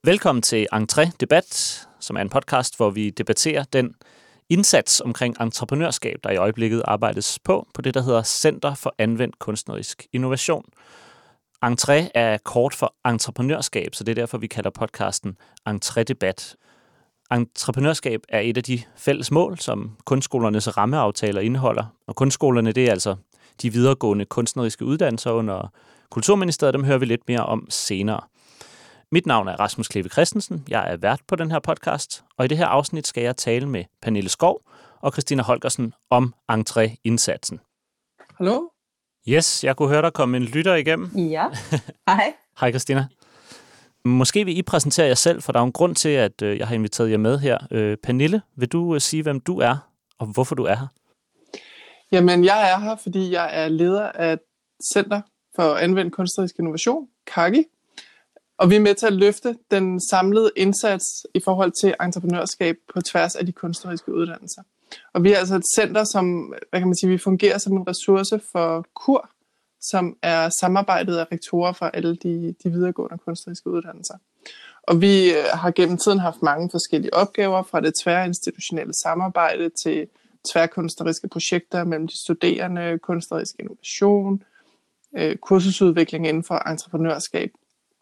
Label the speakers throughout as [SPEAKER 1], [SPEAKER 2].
[SPEAKER 1] Velkommen til Entré Debat, som er en podcast, hvor vi debatterer den indsats omkring entreprenørskab, der i øjeblikket arbejdes på det, der hedder Center for Anvendt Kunstnerisk Innovation. Entré er kort for entreprenørskab, så det er derfor, vi kalder podcasten Entré Debat. Entreprenørskab er et af de fælles mål, som kunstskolernes rammeaftaler indeholder. Og kunstskolerne, det er altså de videregående kunstneriske uddannelser under Kulturministeriet. Dem hører vi lidt mere om senere. Mit navn er Rasmus Kleve Christensen. Jeg er vært på den her podcast, og i det her afsnit skal jeg tale med Pernille Skov og Christina Holgersen om Entré-indsatsen.
[SPEAKER 2] Hallo?
[SPEAKER 1] Yes, jeg kunne høre, der kom en lytter igennem.
[SPEAKER 2] Ja, hej.
[SPEAKER 1] Hej Christina. Måske vil I præsentere jer selv, for der er en grund til, at jeg har inviteret jer med her. Pernille, vil du sige, hvem du er, og hvorfor du er her?
[SPEAKER 2] Jamen, jeg er her, fordi jeg er leder af Center for Anvendt Kunstnerisk Innovation, CAGI. Og vi er med til at løfte den samlede indsats i forhold til entreprenørskab på tværs af de kunstneriske uddannelser. Og vi er altså et center, som, vi fungerer som en ressource for KUR, som er samarbejdet af rektorer fra alle de videregående kunstneriske uddannelser. Og vi har gennem tiden haft mange forskellige opgaver, fra det tværinstitutionelle samarbejde til tværkunstneriske projekter mellem de studerende, kunstnerisk innovation, kursusudvikling inden for entreprenørskab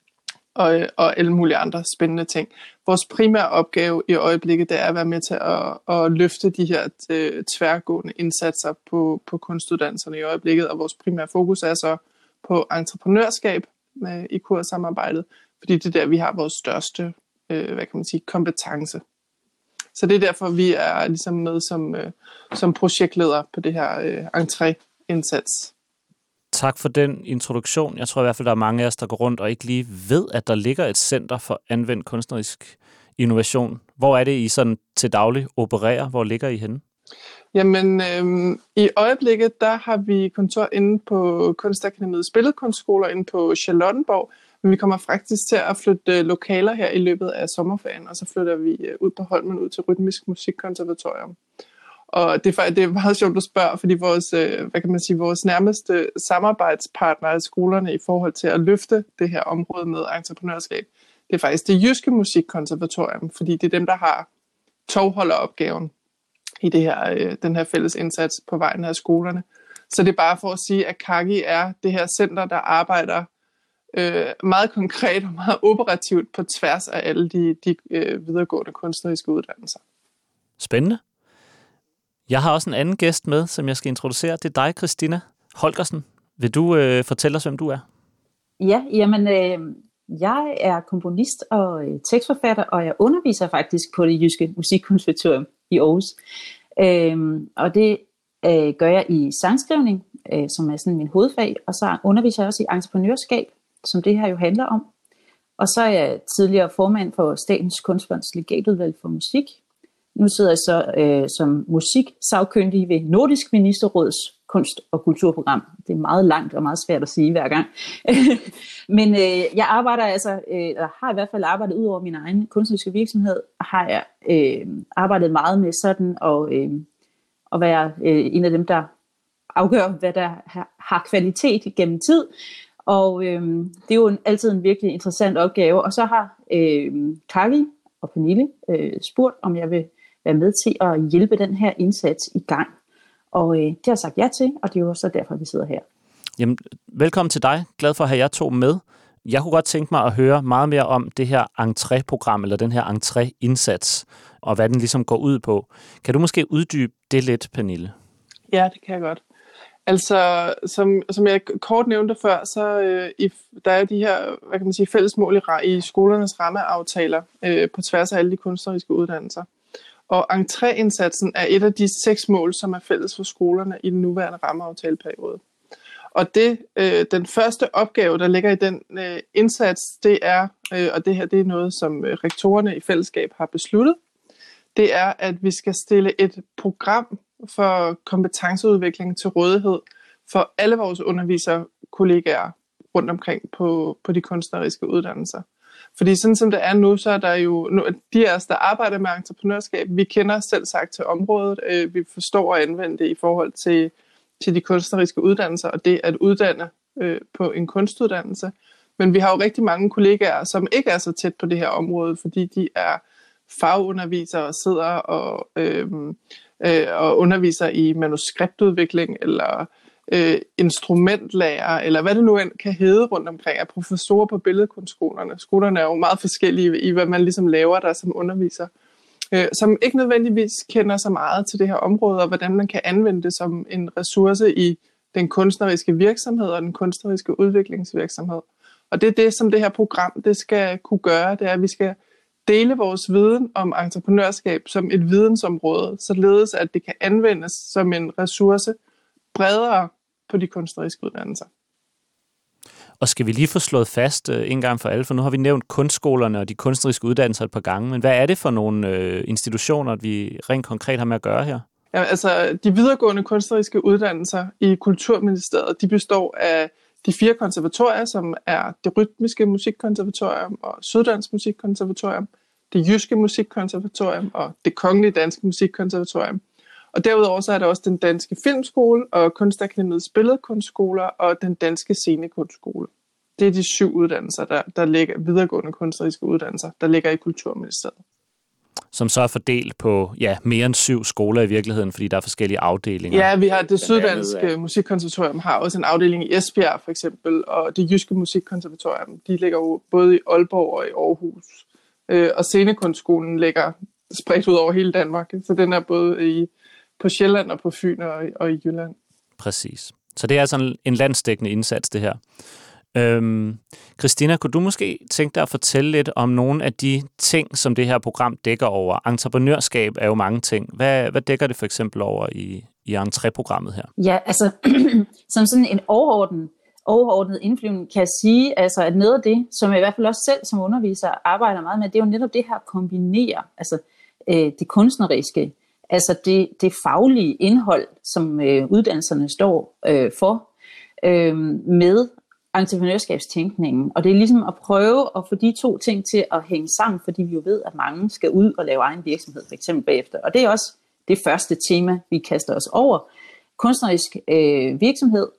[SPEAKER 2] og alle mulige andre spændende ting. Vores primære opgave i øjeblikket, det er at være med til at løfte de her tværgående indsatser på kunstuddannelserne i øjeblikket, og vores primære fokus er så på entreprenørskab i kurssamarbejdet, fordi det er der, vi har vores største kompetence. Så det er derfor, vi er ligesom med som projektleder på det her Entré-indsats.
[SPEAKER 1] Tak for den introduktion. Jeg tror i hvert fald, der er mange af os, der går rundt og ikke lige ved, at der ligger et center for anvendt kunstnerisk innovation. Hvor er det, I sådan til daglig opererer? Hvor ligger I henne?
[SPEAKER 2] Jamen, i øjeblikket, der har vi kontor inde på Kunstakademiets billedkunstskoler inde på Charlottenborg, men vi kommer faktisk til at flytte lokaler her i løbet af sommerferien, og så flytter vi ud på Holmen ud til Rytmisk Musikkonservatorium. Og det er meget sjovt at spørge, fordi vores nærmeste samarbejdspartnere i skolerne i forhold til at løfte det her område med entreprenørskab, det er faktisk det Jyske Musikkonservatorium, fordi det er dem, der har tovholderopgaven i den her fælles indsats på vejen af skolerne. Så det er bare for at sige, at CAGI er det her center, der arbejder meget konkret og meget operativt på tværs af alle de videregående kunstneriske uddannelser.
[SPEAKER 1] Spændende. Jeg har også en anden gæst med, som jeg skal introducere. Det er dig, Christina Holgersen. Vil du fortælle os, hvem du er?
[SPEAKER 3] Ja, jamen, jeg er komponist og tekstforfatter, og jeg underviser faktisk på det Jyske Musikkonservatorium i Aarhus. Og det gør jeg i sangskrivning, som er sådan min hovedfag, og så underviser jeg også i entreprenørskab, som det her jo handler om. Og så er jeg tidligere formand for Statens Kunstfonds legatudvalg for musik. Nu sidder jeg så som musiksagkyndig ved Nordisk Ministerråds kunst- og kulturprogram. Det er meget langt og meget svært at sige hver gang. Men jeg arbejder har i hvert fald arbejdet ud over min egen kunstneriske virksomhed, har jeg arbejdet meget med sådan at være en af dem, der afgør, hvad der har kvalitet gennem tid. Og det er jo altid en virkelig interessant opgave. Og så har CAGI og Pernille spurgt, om jeg vil være med til at hjælpe den her indsats i gang. Og det har jeg sagt ja til, og det er jo også derfor, vi sidder her.
[SPEAKER 1] Jamen, velkommen til dig. Glad for at have jer to med. Jeg kunne godt tænke mig at høre meget mere om det her Entré-program, eller den her Entré-indsats, og hvad den ligesom går ud på. Kan du måske uddybe det lidt, Pernille?
[SPEAKER 2] Ja, det kan jeg godt. Altså, som jeg kort nævnte før, så der er de her, fælles mål i skolernes rammeaftaler på tværs af alle de kunstneriske uddannelser. Og Entré-indsatsen er et af de 6 mål, som er fælles for skolerne i den nuværende rammeaftaleperiode. Og den første opgave, der ligger i den indsats, det er, og det her det er noget, som rektorerne i fællesskab har besluttet, det er, at vi skal stille et program for kompetenceudvikling til rådighed for alle vores underviserkollegaer rundt omkring på de kunstneriske uddannelser. Fordi sådan som det er nu, så er der jo de af os, der arbejder med entreprenørskab, vi kender selv sagt til området, vi forstår at anvende det i forhold til de kunstneriske uddannelser, og det at uddanne på en kunstuddannelse. Men vi har jo rigtig mange kollegaer, som ikke er så tæt på det her område, fordi de er fagundervisere og sidder og underviser i manuskriptudvikling eller instrumentlærer, eller hvad det nu end kan hedde rundt omkring, er professorer på billedkunstskolerne. Skolerne er jo meget forskellige i, hvad man ligesom laver der som underviser, som ikke nødvendigvis kender så meget til det her område, og hvordan man kan anvende det som en ressource i den kunstneriske virksomhed og den kunstneriske udviklingsvirksomhed. Og det er det, som det her program det skal kunne gøre, det er, at vi skal dele vores viden om entreprenørskab som et vidensområde, således at det kan anvendes som en ressource bredere på de kunstneriske uddannelser.
[SPEAKER 1] Og skal vi lige få slået fast en gang for alle, for nu har vi nævnt kunstskolerne og de kunstneriske uddannelser et par gange, men hvad er det for nogle institutioner, vi rent konkret har med at gøre her?
[SPEAKER 2] Ja, altså, de videregående kunstneriske uddannelser i Kulturministeriet, de består af de 4 konservatorier, som er det Rytmiske Musikkonservatorium og Syddansk Musikkonservatorium, det Jyske Musikkonservatorium og det Kongelige Danske Musikkonservatorium. Og derudover så er der også den Danske Filmskole og Kunstakademiets Billedkunstskoler og den Danske Scenekunstskole. Det er de 7 uddannelser, der ligger, videregående kunstneriske uddannelser, der ligger i Kulturministeriet.
[SPEAKER 1] Som så er fordelt på mere end 7 skoler i virkeligheden, fordi der er forskellige afdelinger.
[SPEAKER 2] Ja, vi har det Syddanske Musikkonservatorium, har også en afdeling i Esbjerg for eksempel, og det Jyske Musikkonservatorium, de ligger jo både i Aalborg og i Aarhus. Og Scenekunstskolen ligger spredt ud over hele Danmark, så den er både på Sjælland og på Fyn og i Jylland.
[SPEAKER 1] Præcis. Så det er altså en landsdækkende indsats, det her. Christina, kunne du måske tænke dig at fortælle lidt om nogle af de ting, som det her program dækker over? Entreprenørskab er jo mange ting. Hvad dækker det for eksempel over i entréprogrammet her?
[SPEAKER 3] Ja, altså som sådan en overordnet indflyvning kan jeg sige, altså, at noget af det, som jeg i hvert fald også selv som underviser arbejder meget med, det er jo netop det her at kombinere altså, det kunstneriske, altså det faglige indhold, som uddannelserne står for, med entreprenørskabstænkningen. Og det er ligesom at prøve at få de 2 ting til at hænge sammen, fordi vi jo ved, at mange skal ud og lave egen virksomhed, for eksempel bagefter. Og det er også det første tema, vi kaster os over. Kunstnerisk virksomhed,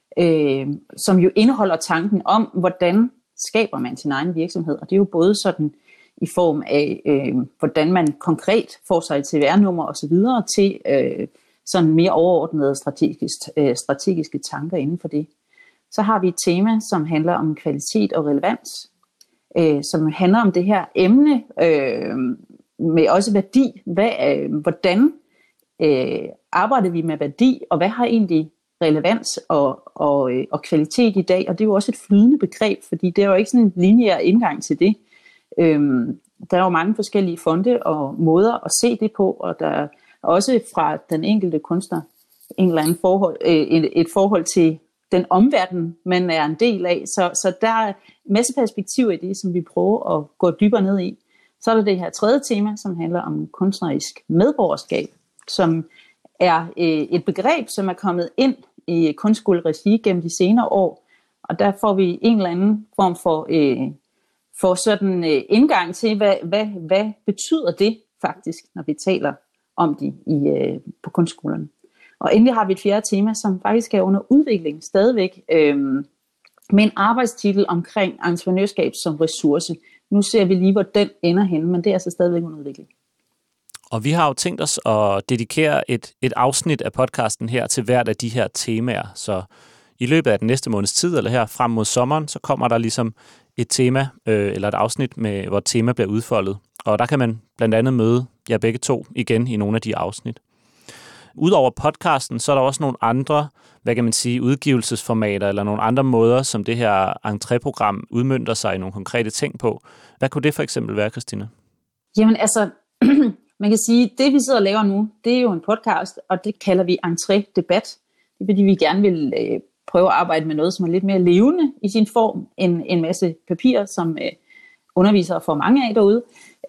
[SPEAKER 3] som jo indeholder tanken om, hvordan skaber man sin egen virksomhed. Og det er jo både sådan i form af, hvordan man konkret får sig et CVR-nummer og så videre, til sådan mere overordnede strategiske tanker inden for det. Så har vi et tema, som handler om kvalitet og relevans, som handler om det her emne, med også værdi. Hvordan arbejder vi med værdi, og hvad har egentlig relevans og kvalitet i dag? Og det er jo også et flydende begreb, fordi det er jo ikke sådan en lineær indgang til det. Der er jo mange forskellige fonde og måder at se det på, og der er også fra den enkelte kunstner en eller anden et forhold til den omverden, man er en del af. Så der er en masse perspektiver i det, som vi prøver at gå dybere ned i. Så er der det her 3. tema, som handler om kunstnerisk medborgerskab, som er et begreb, som er kommet ind i kunstskoleregi gennem de senere år. Og der får vi en eller anden form for sådan indgang til, hvad betyder det faktisk, når vi taler om det på kunstskolerne. Og endelig har vi et 4. tema, som faktisk er under udvikling stadigvæk, med en arbejdstitel omkring entreprenørskab som ressource. Nu ser vi lige, hvor den ender henne, men det er altså stadigvæk under udvikling.
[SPEAKER 1] Og vi har jo tænkt os at dedikere et afsnit af podcasten her til hvert af de her temaer. Så i løbet af den næste måneds tid, eller her frem mod sommeren, så kommer der ligesom et tema, eller et afsnit, hvor et tema bliver udfoldet. Og der kan man blandt andet møde jer begge 2 igen i nogle af de afsnit. Udover podcasten, så er der også nogle andre, hvad kan man sige, udgivelsesformater, eller nogle andre måder, som det her entréprogram udmønter sig i nogle konkrete ting på. Hvad kunne det for eksempel være, Christina?
[SPEAKER 3] Jamen altså, man kan sige, det vi sidder og laver nu, det er jo en podcast, og det kalder vi entrédebat. Det er fordi, vi gerne vil prøve at arbejde med noget, som er lidt mere levende i sin form, end en masse papir, som undervisere får mange af derude.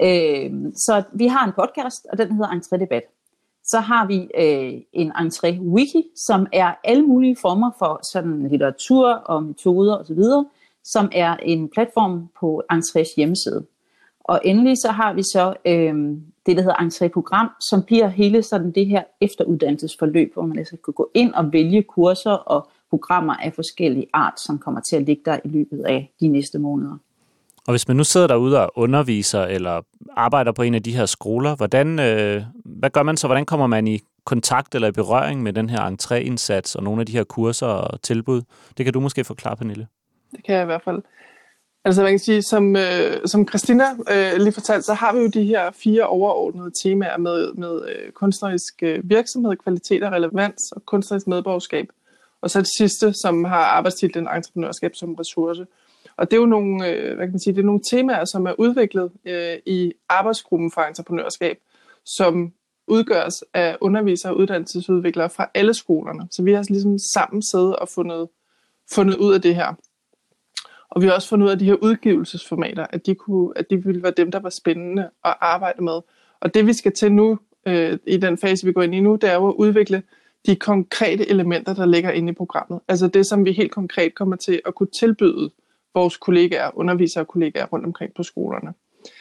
[SPEAKER 3] Så vi har en podcast, og den hedder entrédebat. Så har vi en entré-wiki, som er alle mulige former for sådan litteratur og metoder osv., som er en platform på Entrés hjemmeside. Og endelig så har vi så det, der hedder Entré-program, som bliver hele sådan det her efteruddannelsesforløb, hvor man altså kan gå ind og vælge kurser og programmer af forskellige art, som kommer til at ligge der i løbet af de næste måneder.
[SPEAKER 1] Og hvis man nu sidder derude og underviser eller arbejder på en af de her skoler, hvad gør man så? Hvordan kommer man i kontakt eller i berøring med den her entréindsats og nogle af de her kurser og tilbud? Det kan du måske forklare, Pernille.
[SPEAKER 2] Det kan jeg i hvert fald. Altså man kan sige, som Christina lige fortalte, så har vi jo de her 4 overordnede temaer med kunstnerisk virksomhed, kvalitet og relevans og kunstnerisk medborgerskab. Og så det sidste, som har arbejdstitlen entreprenørskab som ressource. Og det er jo nogle, det er nogle temaer, som er udviklet i arbejdsgruppen for entreprenørskab, som udgøres af undervisere og uddannelsesudviklere fra alle skolerne. Så vi har ligesom sammen siddet og fundet ud af det her. Og vi har også fundet ud af de her udgivelsesformater, at de ville være dem, der var spændende at arbejde med. Og det vi skal til nu, i den fase vi går ind i nu, det er jo at udvikle de konkrete elementer, der ligger inde i programmet. Altså det, som vi helt konkret kommer til at kunne tilbyde vores kollegaer, undervisere og kollegaer rundt omkring på skolerne.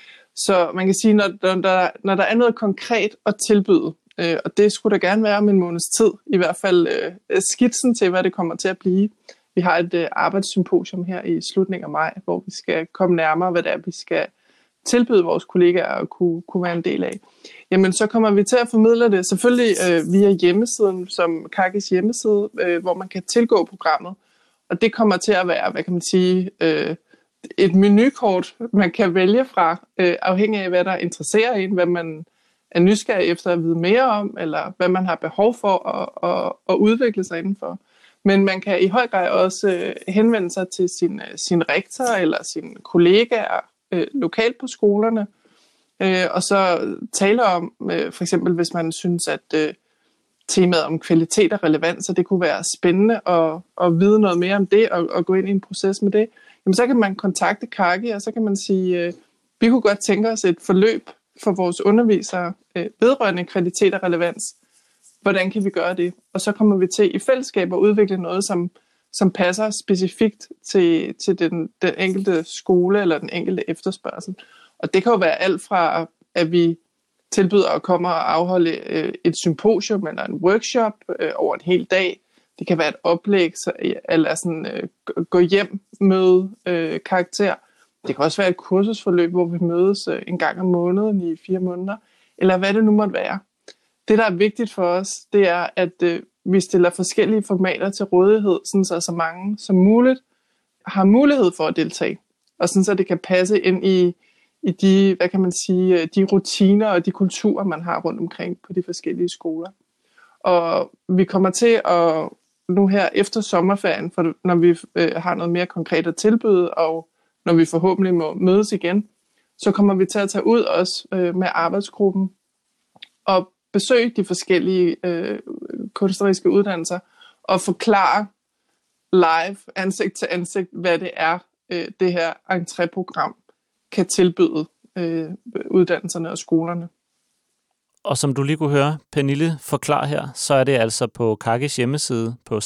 [SPEAKER 2] Så man kan sige, når der er noget konkret at tilbyde, og det skulle der gerne være om en måneds tid, i hvert fald skitsen til, hvad det kommer til at blive. Vi har et arbejdssymposium her i slutningen af maj, hvor vi skal komme nærmere, hvad det er, vi skal tilbyde vores kollegaer at kunne være en del af. Jamen, så kommer vi til at formidle det selvfølgelig via hjemmesiden, som Kakis hjemmeside, hvor man kan tilgå programmet. Og det kommer til at være, et menukort, man kan vælge fra, afhængig af, hvad der interesserer en, hvad man er nysgerrig efter at vide mere om, eller hvad man har behov for at udvikle sig indenfor. Men man kan i høj grad også henvende sig til sin rektor eller sine kollegaer lokalt på skolerne, og så tale om, for eksempel hvis man synes, at temaet om kvalitet og relevans, og det kunne være spændende at vide noget mere om det, og gå ind i en proces med det, jamen så kan man kontakte Kaki, og så kan man sige, vi kunne godt tænke os et forløb for vores undervisere vedrørende kvalitet og relevans. Hvordan kan vi gøre det? Og så kommer vi til i fællesskab at udvikle noget, som passer specifikt til den enkelte skole eller den enkelte efterspørgsel. Og det kan jo være alt fra, at vi tilbyder at komme og afholde et symposium eller en workshop over en hel dag. Det kan være et oplæg, eller sådan gå hjem møde karakter. Det kan også være et kursusforløb, hvor vi mødes en gang om måneden i 4 måneder, eller hvad det nu måtte være. Det, der er vigtigt for os, det er, at vi stiller forskellige formater til rådighed, så mange som muligt har mulighed for at deltage. Og sådan så det kan passe ind i de, de rutiner og de kulturer, man har rundt omkring på de forskellige skoler. Og vi kommer til at nu her efter sommerferien, for når vi har noget mere konkret at tilbyde, og når vi forhåbentlig må mødes igen, så kommer vi til at tage ud også med arbejdsgruppen og besøge de forskellige kunstneriske uddannelser og forklare live, ansigt til ansigt, hvad det er, det her entréprogram kan tilbyde uddannelserne og skolerne.
[SPEAKER 1] Og som du lige kunne høre Pernille forklare her, så er det altså på Kakis hjemmeside på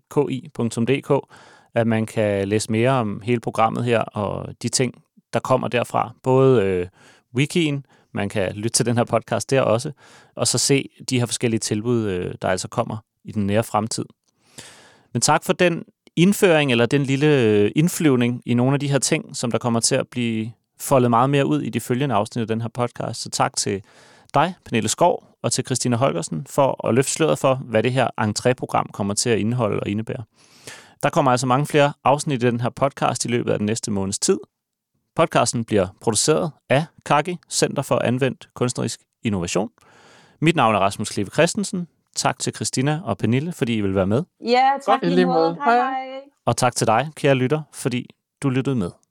[SPEAKER 1] caki.dk, at man kan læse mere om hele programmet her og de ting, der kommer derfra. Både wikien, man kan lytte til den her podcast der også, og så se de her forskellige tilbud, der altså kommer i den nære fremtid. Men tak for den indføring, eller den lille indflyvning i nogle af de her ting, som der kommer til at blive foldet meget mere ud i de følgende afsnit af den her podcast. Så tak til dig, Pernille Skov, og til Christina Holgersen for at løfte sløret for, hvad det her entréprogram kommer til at indeholde og indebære. Der kommer altså mange flere afsnit i den her podcast i løbet af den næste måneds tid. Podcasten bliver produceret af Kaki, Center for Anvendt Kunstnerisk Innovation. Mit navn er Rasmus Kleve Christensen. Tak til Christina og Pernille, fordi I vil være med.
[SPEAKER 3] Ja, tak lige måde. Hej.
[SPEAKER 1] Og tak til dig, kære lytter, fordi du lyttede med.